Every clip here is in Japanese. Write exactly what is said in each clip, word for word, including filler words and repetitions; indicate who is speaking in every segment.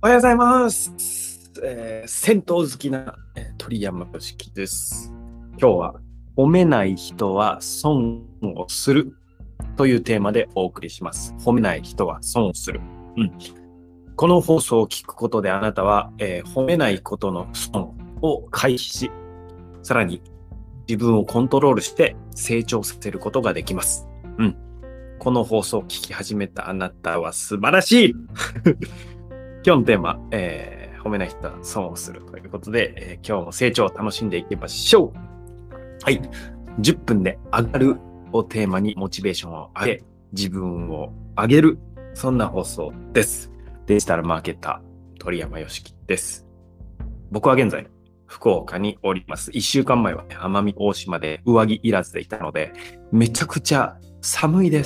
Speaker 1: おはようございます。えー銭湯好きな、えー鳥山よしきです。今日は褒めない人は損をするというテーマでお送りします。褒めない人は損をする。うん。この放送を聞くことであなたは、えー褒めないことの損を回避し、さらに自分をコントロールして成長させることができます。うん。この放送を聞き始めたあなたは素晴らしい今日のテーマ、えー褒めない人は損をするということで、えー今日も成長を楽しんでいきましょう。はい。じゅっぷんで上がるをテーマにモチベーションを上げ、自分を上げる。そんな放送です。デジタルマーケター、鳥山よしきです。僕は現在、福岡におります。いっしゅうかんまえは、ね、奄美大島で上着いらずでいたので、めちゃくちゃ寒いです。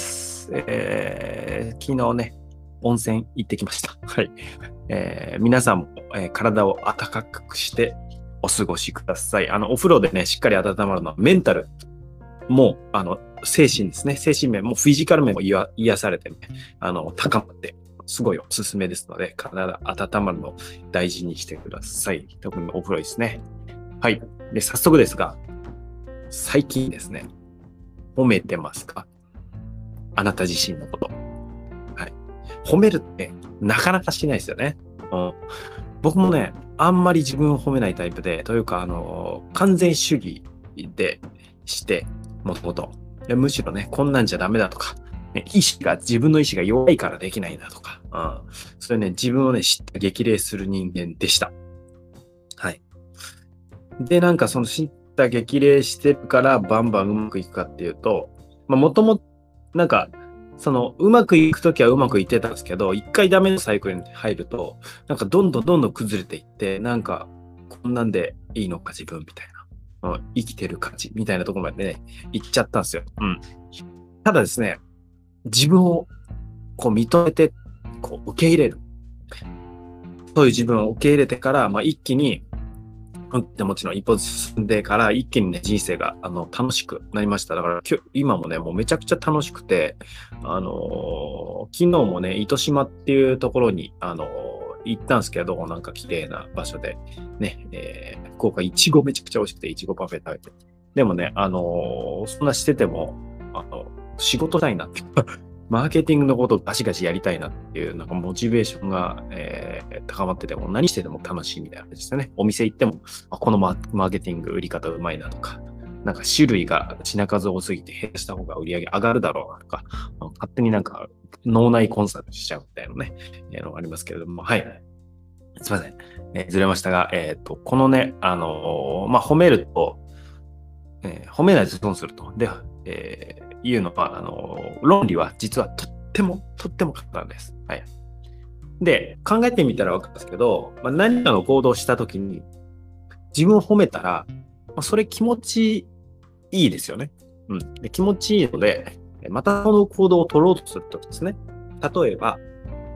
Speaker 1: えー昨日ね、温泉行ってきました。はい。えー皆さんも、えー体を温かくしてお過ごしください。あの、お風呂でね、しっかり温まるのはメンタルも、あの、精神ですね。精神面もフィジカル面も癒癒されてね、あの、高まって、すごいおすすめですので、体温まるのを大事にしてください。特にお風呂ですね。はい。で、早速ですが、最近ですね、褒めてますか？あなた自身のこと。はい。褒めるってなかなかしないですよね。うん、僕もね、あんまり自分を褒めないタイプで、というか、あの、完全主義でして、もともと。むしろね、こんなんじゃダメだとか、ね、意志が、自分の意志が弱いからできないんだとか、うん、それね、自分をね、知って激励する人間でした。はい。で、なんかその知った激励してるからバンバンうまくいくかっていうと、まあもともと、なんか、そのうまくいくときはうまくいってたんですけど、一回ダメのサイクルに入ると、なんかどんどんどんどん崩れていって、なんかこんなんでいいのか自分みたいな、うん、生きてる価値みたいなところまでね、行っちゃったんですよ。うん。ただですね、自分をこう認めて、こう受け入れる。そういう自分を受け入れてから、まあ一気に、でもちろん一歩進んでから一気にね、人生があの楽しくなりました。だから今日、今もね、もうめちゃくちゃ楽しくて、あのー昨日もね、糸島っていうところに、あのー行ったんですけど、なんか綺麗な場所で、ね、えー福岡いちごめちゃくちゃ美味しくて、いちごパフェ食べて。でもね、あのーそんなしてても、あの、仕事したいなってマーケティングのことをガシガシやりたいなっていう、なんかモチベーションが、えー高まってても、何してても楽しいみたいな感じですよね。お店行っても、あこのマーケティング売り方うまいなとか、なんか種類が品数多すぎて減らした方が売り上げ上がるだろうなとか、勝手になんか脳内コンサルしちゃうみたいなね、えーのがありますけれども、はい。すいません。えーずれましたが、えっと、このね、あのーまあ、褒めると、えー褒めないと損すると。で、えーいうのは、あのー論理は実はとっても、とっても簡単です。はい。で、考えてみたらわかるんですけど、まあ、何かの行動をしたときに、自分を褒めたら、まあ、それ気持ちいいですよね。うん。で気持ちいいので、またこの行動を取ろうとするときですね。例えば、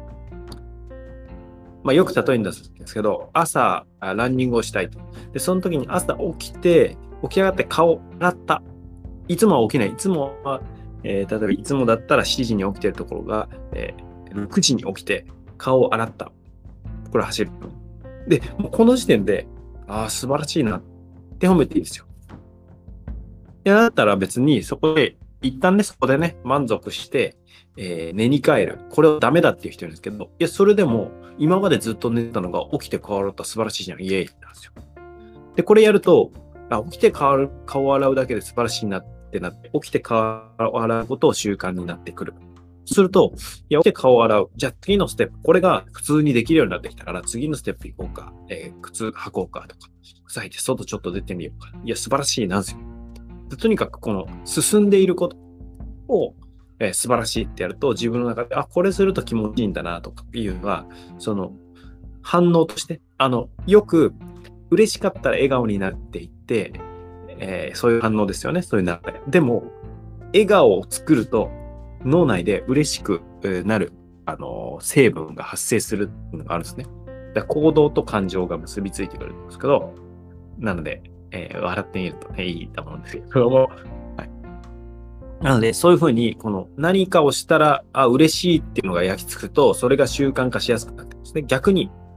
Speaker 1: まあ、よく例えるんですけど、朝、ランニングをしたいと。で、その時に朝起きて、起き上がって顔洗った。いつもは起きない。いつもは、えー例えばいつもだったらしちじに起きてるところが、えーろくじに起きて顔を洗った。これ走る。で、もうこの時点で、ああ、素晴らしいなって褒めていいですよ。いや、だったら別にそこで、一旦ね、そこでね、満足して、えー寝に帰る。これはダメだっていう人いるんですけど、いや、それでも、今までずっと寝てたのが起きて変わると素晴らしいじゃん。イエーイなんですよ。で、これやると、あ起きて顔顔を洗うだけで素晴らしいなってなって、起きて顔を洗うことを習慣になってくる。すると、いや、起きて顔を洗う。じゃあ次のステップ、これが普通にできるようになってきたから、次のステップ行こうか。えー靴履こうかとか、靴履いて外ちょっと出てみようか。いや、素晴らしいなんですよ。でとにかくこの進んでいることを、えー素晴らしいってやると、自分の中で、あ、これすると気持ちいいんだなとかいうのが、その反応として、あの、よく嬉しかったら笑顔になっていって、えーそういう反応ですよね。そういう流れ。でも、笑顔を作ると脳内で嬉しくなる、あのー成分が発生するのがあるんですね。だから行動と感情が結びついてくるんですけど、なので、えー笑ってみるとね、いいと思うんですけども、はい。なので、そういうふうに、この何かをしたら、あ、嬉しいっていうのが焼き付くと、それが習慣化しやすくなってるんですね。逆に、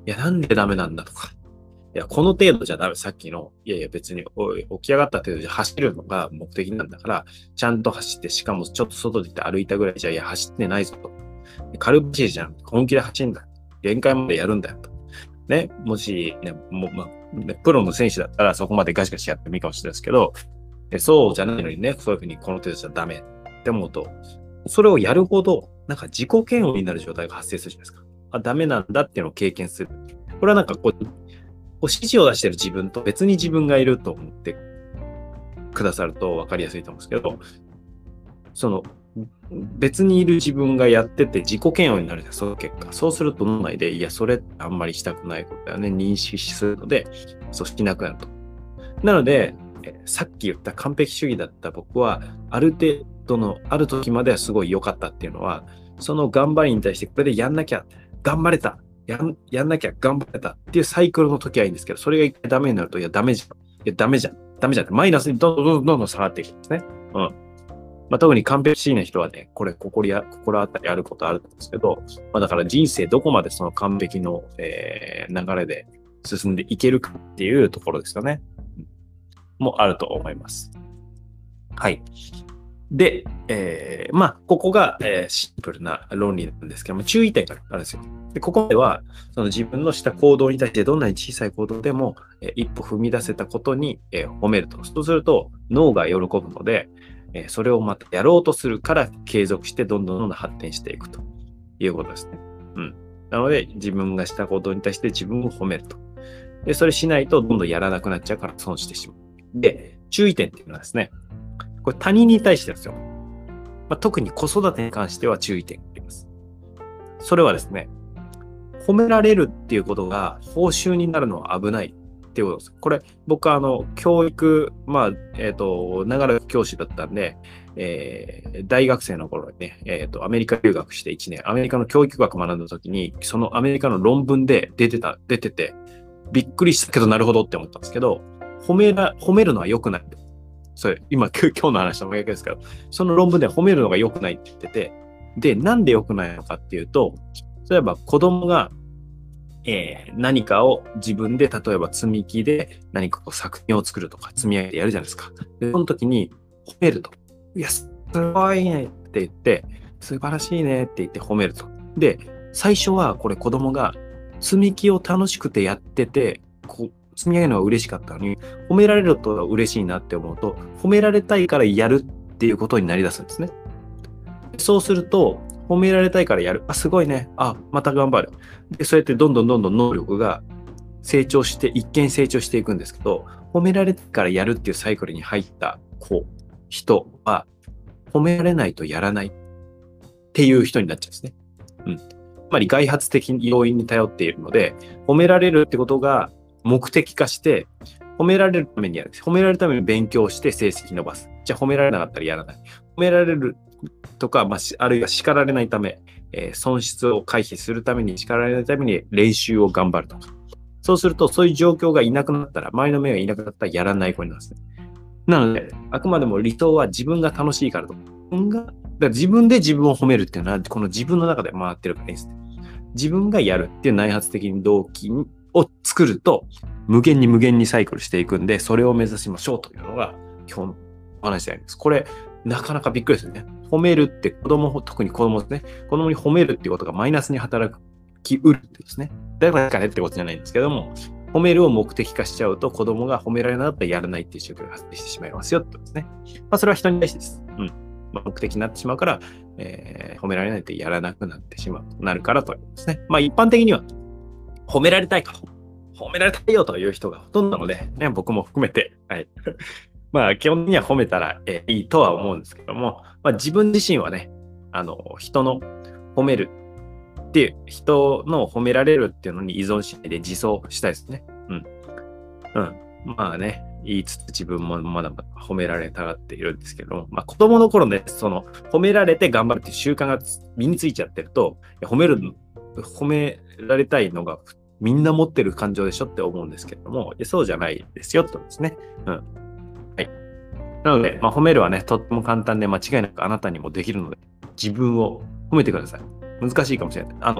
Speaker 1: や、なんでダメなんだとか。いや、この程度じゃダメ。さっきの、いやいや、別におい起き上がった程度じゃ走るのが目的なんだから、ちゃんと走って、しかもちょっと外出て歩いたぐらいじゃ、いや、走ってないぞと。軽走りじゃん。本気で走るんだ。限界までやるんだよと。ね、もし、ね、もう、まあ、ね、プロの選手だったらそこまでガシガシやってもいいかもしれないですけど、そうじゃないのにね、そういうふうにこの程度じゃダメって思うと、それをやるほど、なんか自己嫌悪になる状態が発生するじゃないですか。あ、ダメなんだっていうのを経験する。これはなんかこう、こう指示を出してる自分と別に自分がいると思ってくださると分かりやすいと思うんですけど、その、別にいる自分がやってて自己嫌悪になるじゃん、その結果。そうすると脳内で、いや、それってあんまりしたくないことだよね、認識するので、そうしなくなると。なので、さっき言った完璧主義だった僕は、ある程度の、ある時まではすごい良かったっていうのは、その頑張りに対して、これでやんなきゃ、頑張れた、やん、やんなきゃ、頑張れたっていうサイクルの時はいいんですけど、それが一回ダメになると、いや、ダメじゃん。いや、ダメじゃん。ダメじゃんって、マイナスにどんどんどんどんどん下がっていくんですね。うん。まあ、特に完璧主義な人はね、これ、心や、心当たりあることあるんですけど、まあ、だから人生どこまでその完璧の、えー、流れで進んでいけるかっていうところですよね。もあると思います。はい。で、えー、まあ、ここが、えー、シンプルな論理なんですけども、注意点があるんですよ。で、ここでは、その自分のした行動に対してどんなに小さい行動でも、えー、一歩踏み出せたことに、えー、褒めると。そうすると、脳が喜ぶので、えー、それをまたやろうとするから継続してどんどんどんどん発展していくということですね。うん。なので、自分がした行動に対して自分を褒めると。で、それしないとどんどんやらなくなっちゃうから損してしまう。で、注意点っていうのはですね、これ他人に対してですよ。まあ、特に子育てに関しては注意点があります。それはですね、褒められるっていうことが報酬になるのは危ないっていうことです。これ、僕はあの、教育、まあ、えっ、ー、と、長らく教師だったんで、えー、大学生の頃にね、えっ、ー、と、アメリカ留学していちねん、アメリカの教育学学んだ時に、そのアメリカの論文で出てた、出てて、びっくりしたけどなるほどって思ったんですけど、褒めら、褒めるのは良くない。それ、今、今日の話と真逆ですけど、その論文では褒めるのが良くないって言ってて、で、なんで良くないのかっていうと、例えば子供が、えー、何かを自分で、例えば積み木で何かこう作品を作るとか積み上げてやるじゃないですか。で、その時に褒めると。いや、すごいねって言って、素晴らしいねって言って褒めると。で、最初はこれ子供が積み木を楽しくてやってて、こう積み上げるのが嬉しかったのに、褒められると嬉しいなって思うと、褒められたいからやるっていうことになりだすんですね。そうすると、褒められたいからやる。あ、すごいね。あ、また頑張る。で、そうやってどんどんどんどん能力が成長して、一見成長していくんですけど、褒められたいからやるっていうサイクルに入った子、人は、褒められないとやらないっていう人になっちゃうんですね。うん。つまり外発的要因に頼っているので、褒められるってことが目的化して、褒められるためにやる。褒められるために勉強して成績伸ばす。じゃあ褒められなかったらやらない。褒められるとか、まあ、あるいは叱られないため、えー、損失を回避するために、叱られないために練習を頑張るとか。そうすると、そういう状況がいなくなったら、周りの目がいなくなったらやらない子になるんですね。なので、あくまでも理想は自分が楽しいからと。自分が、だから自分で自分を褒めるっていうのは、この自分の中で回ってるからいいですね。自分がやるっていう内発的に動機を作ると、無限に無限にサイクルしていくんで、それを目指しましょうというのが、今日のお話であります。これ、なかなかびっくりですよね。褒めるって子供、特に子供ですね。子供に褒めるっていうことがマイナスに働きうるってですね。だからねってことじゃないんですけども、褒めるを目的化しちゃうと子供が褒められなかったらやらないっていう状況が発生してしまいますよってことですね。まあそれは人に対してです。うん。まあ、目的になってしまうから、えー、褒められないとやらなくなってしまう。なるからということですね。まあ一般的には褒められたいと。褒められたいよという人がほとんどなので、ね、僕も含めて、はい。まあ基本的には褒めたら、えー、いいとは思うんですけども、まあ自分自身はね、あの、人の褒めるっていう、人の褒められるっていうのに依存しないで自走したいですね。うん。うん。まあね、言いつつ自分もまだまだ褒められたがっているんですけども、まあ子供の頃ね、その褒められて頑張るっていう習慣が身についちゃってると、褒める、褒められたいのがみんな持ってる感情でしょって思うんですけども、そうじゃないですよってことですね。うん。はい。なので、まあ、褒めるはね、とっても簡単で間違いなくあなたにもできるので、自分を褒めてください。難しいかもしれない。あの、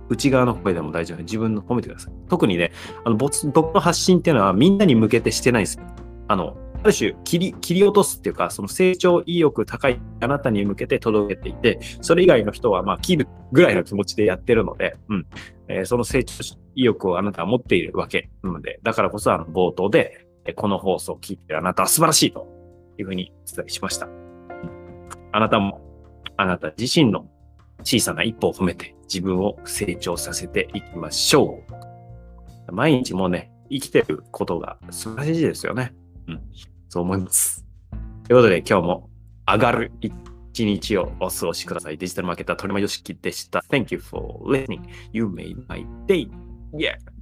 Speaker 1: 内側の声でも大丈夫。自分の褒めてください。特にね、あの僕僕の発信っていうのはみんなに向けてしてないんですよ。あの、ある種切り、切り落とすっていうか、その成長意欲高いあなたに向けて届けていて、それ以外の人はまあ切るぐらいの気持ちでやってるので、うん。えーその成長意欲をあなたは持っているわけなので、だからこそあの冒頭で、えーこの放送を聞いているあなたは素晴らしいというふうにお伝えしました。うんあなたも、あなた自身の小さな一歩を褒めて自分を成長させていきましょう。毎日もうね、生きてることが素晴らしいですよね。うん。そう思います。ということで今日も上がる一日をお過ごしください。デジタルマーケター鳥間よしきでした。Thank you for listening. You made my day. Yeah.